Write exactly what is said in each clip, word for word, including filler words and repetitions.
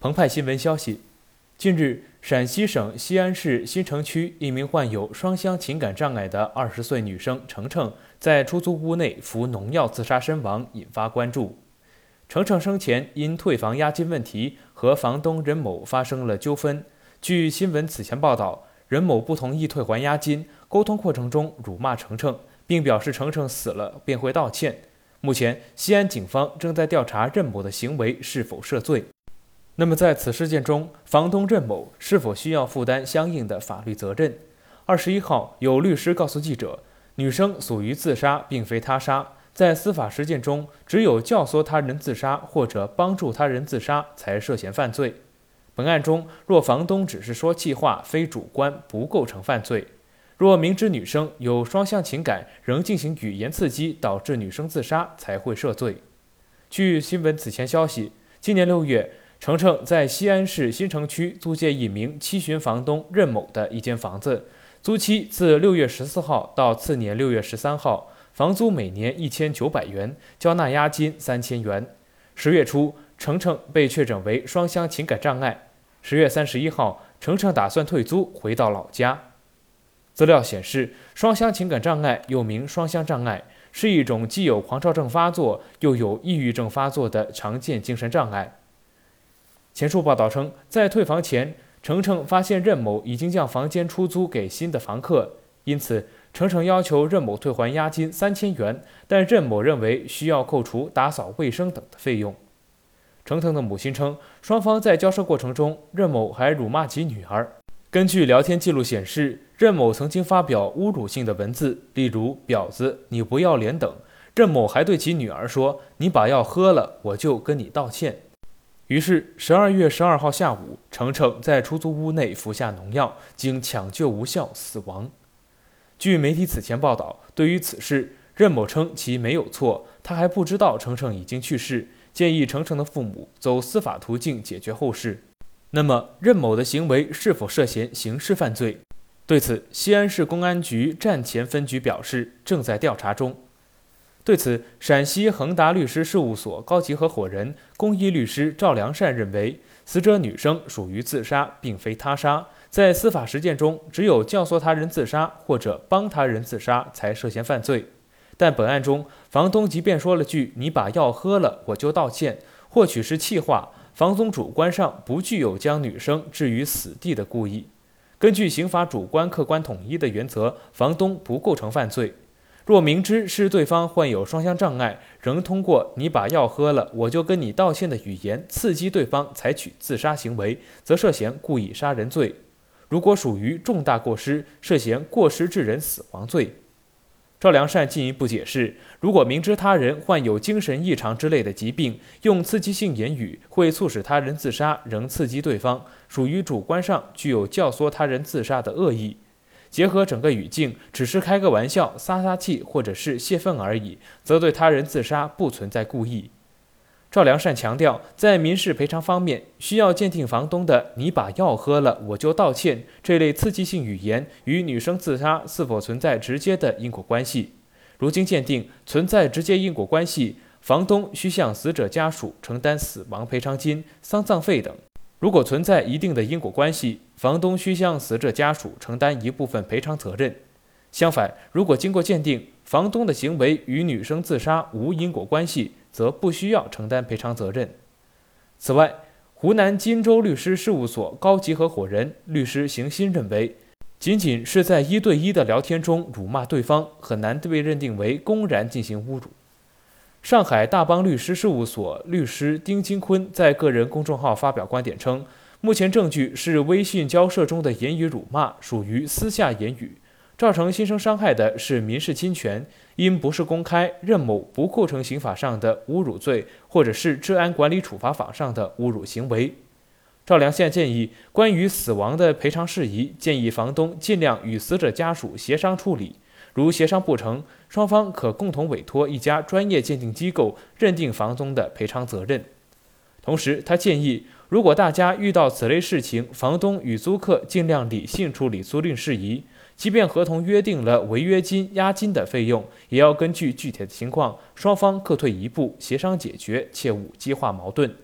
澎湃新闻消息，近日，陕西省西安市新城区一名患有双向情感障碍的二十岁女生程程在出租屋内服农药自杀身亡，引发关注。程程生前因退房押金问题和房东任某发生了纠纷。据新闻此前报道，任某不同意退还押金，沟通过程中辱骂程程，并表示程程死了便会道歉。目前，西安警方正在调查任某的行为是否涉罪。那么在此事件中，房东任某是否需要负担相应的法律责任？二十一号，有律师告诉记者，女生属于自杀，并非他杀。在司法实践中，只有教唆他人自杀或者帮助他人自杀才涉嫌犯罪。本案中，若房东只是说气话，非主观，不构成犯罪；若明知女生有双向情感，仍进行语言刺激，导致女生自杀，才会涉罪。据新闻此前消息，今年六月，程程在西安市新城区租借一名七旬房东任某的一间房子，租期自六月十四号到次年六月十三号，房租每年一千九百元，交纳押金三千元。十月初，程程被确诊为双向情感障碍。十月三十一号，程程打算退租，回到老家。资料显示，双向情感障碍又名双向障碍，是一种既有狂躁症发作又有抑郁症发作的常见精神障碍。前述报道称，在退房前，程程发现任某已经将房间出租给新的房客，因此程程要求任某退还押金三千元，但任某认为需要扣除打扫卫生等的费用。程程的母亲称，双方在交涉过程中，任某还辱骂其女儿。根据聊天记录显示，任某曾经发表侮辱性的文字，例如婊子、你不要脸等。任某还对其女儿说，你把药喝了，我就跟你道歉。于是，十二月十二号下午，程程在出租屋内服下农药，经抢救无效死亡。据媒体此前报道，对于此事，任某称其没有错，他还不知道程程已经去世，建议程程的父母走司法途径解决后事。那么，任某的行为是否涉嫌刑事犯罪？对此，西安市公安局站前分局表示，正在调查中。对此，陕西恒达律师事务所高级合伙人、公益律师赵良善认为，死者女生属于自杀，并非他杀。在司法实践中，只有教唆他人自杀或者帮他人自杀才涉嫌犯罪。但本案中，房东即便说了句“你把药喝了，我就道歉”，或许是气话，房东主观上不具有将女生置于死地的故意。根据刑法主观客观统一的原则，房东不构成犯罪。若明知是对方患有双向障碍，仍通过“你把药喝了，我就跟你道歉”的语言刺激对方采取自杀行为，则涉嫌故意杀人罪。如果属于重大过失，涉嫌过失致人死亡罪。赵良善进一步解释，如果明知他人患有精神异常之类的疾病，用刺激性言语会促使他人自杀，仍刺激对方，属于主观上具有教唆他人自杀的恶意。结合整个语境，只是开个玩笑、撒撒气或者是泄愤而已，则对他人自杀不存在故意。赵良善强调，在民事赔偿方面，需要鉴定房东的“你把药喝了，我就道歉”这类刺激性语言与女生自杀是否存在直接的因果关系。如经鉴定存在直接因果关系，房东需向死者家属承担死亡赔偿金、丧葬费等。如果存在一定的因果关系，房东需向死者家属承担一部分赔偿责任。相反，如果经过鉴定，房东的行为与女生自杀无因果关系，则不需要承担赔偿责任。此外，湖南荆州律师事务所高级合伙人律师邢鑫认为，仅仅是在一对一的聊天中辱骂对方，很难被认定为公然进行侮辱。上海大邦律师事务所律师丁金坤在个人公众号发表观点称，目前证据是微信交涉中的言语辱骂属于私下言语，造成新生伤害的是民事侵权，因不是公开，任某不构成刑法上的侮辱罪，或者是治安管理处罚法上的侮辱行为。赵良善建议，关于死亡的赔偿事宜，建议房东尽量与死者家属协商处理。如协商不成，双方可共同委托一家专业鉴定机构认定房东的赔偿责任。同时，他建议，如果大家遇到此类事情，房东与租客尽量理性处理租赁事宜，即便合同约定了违约金、押金的费用，也要根据具体的情况，双方各退一步，协商解决，切勿激化矛盾。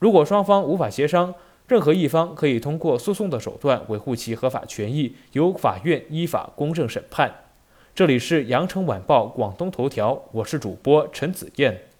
如果双方无法协商，任何一方可以通过诉讼的手段维护其合法权益，由法院依法公正审判。这里是羊城晚报广东头条，我是主播陈子燕。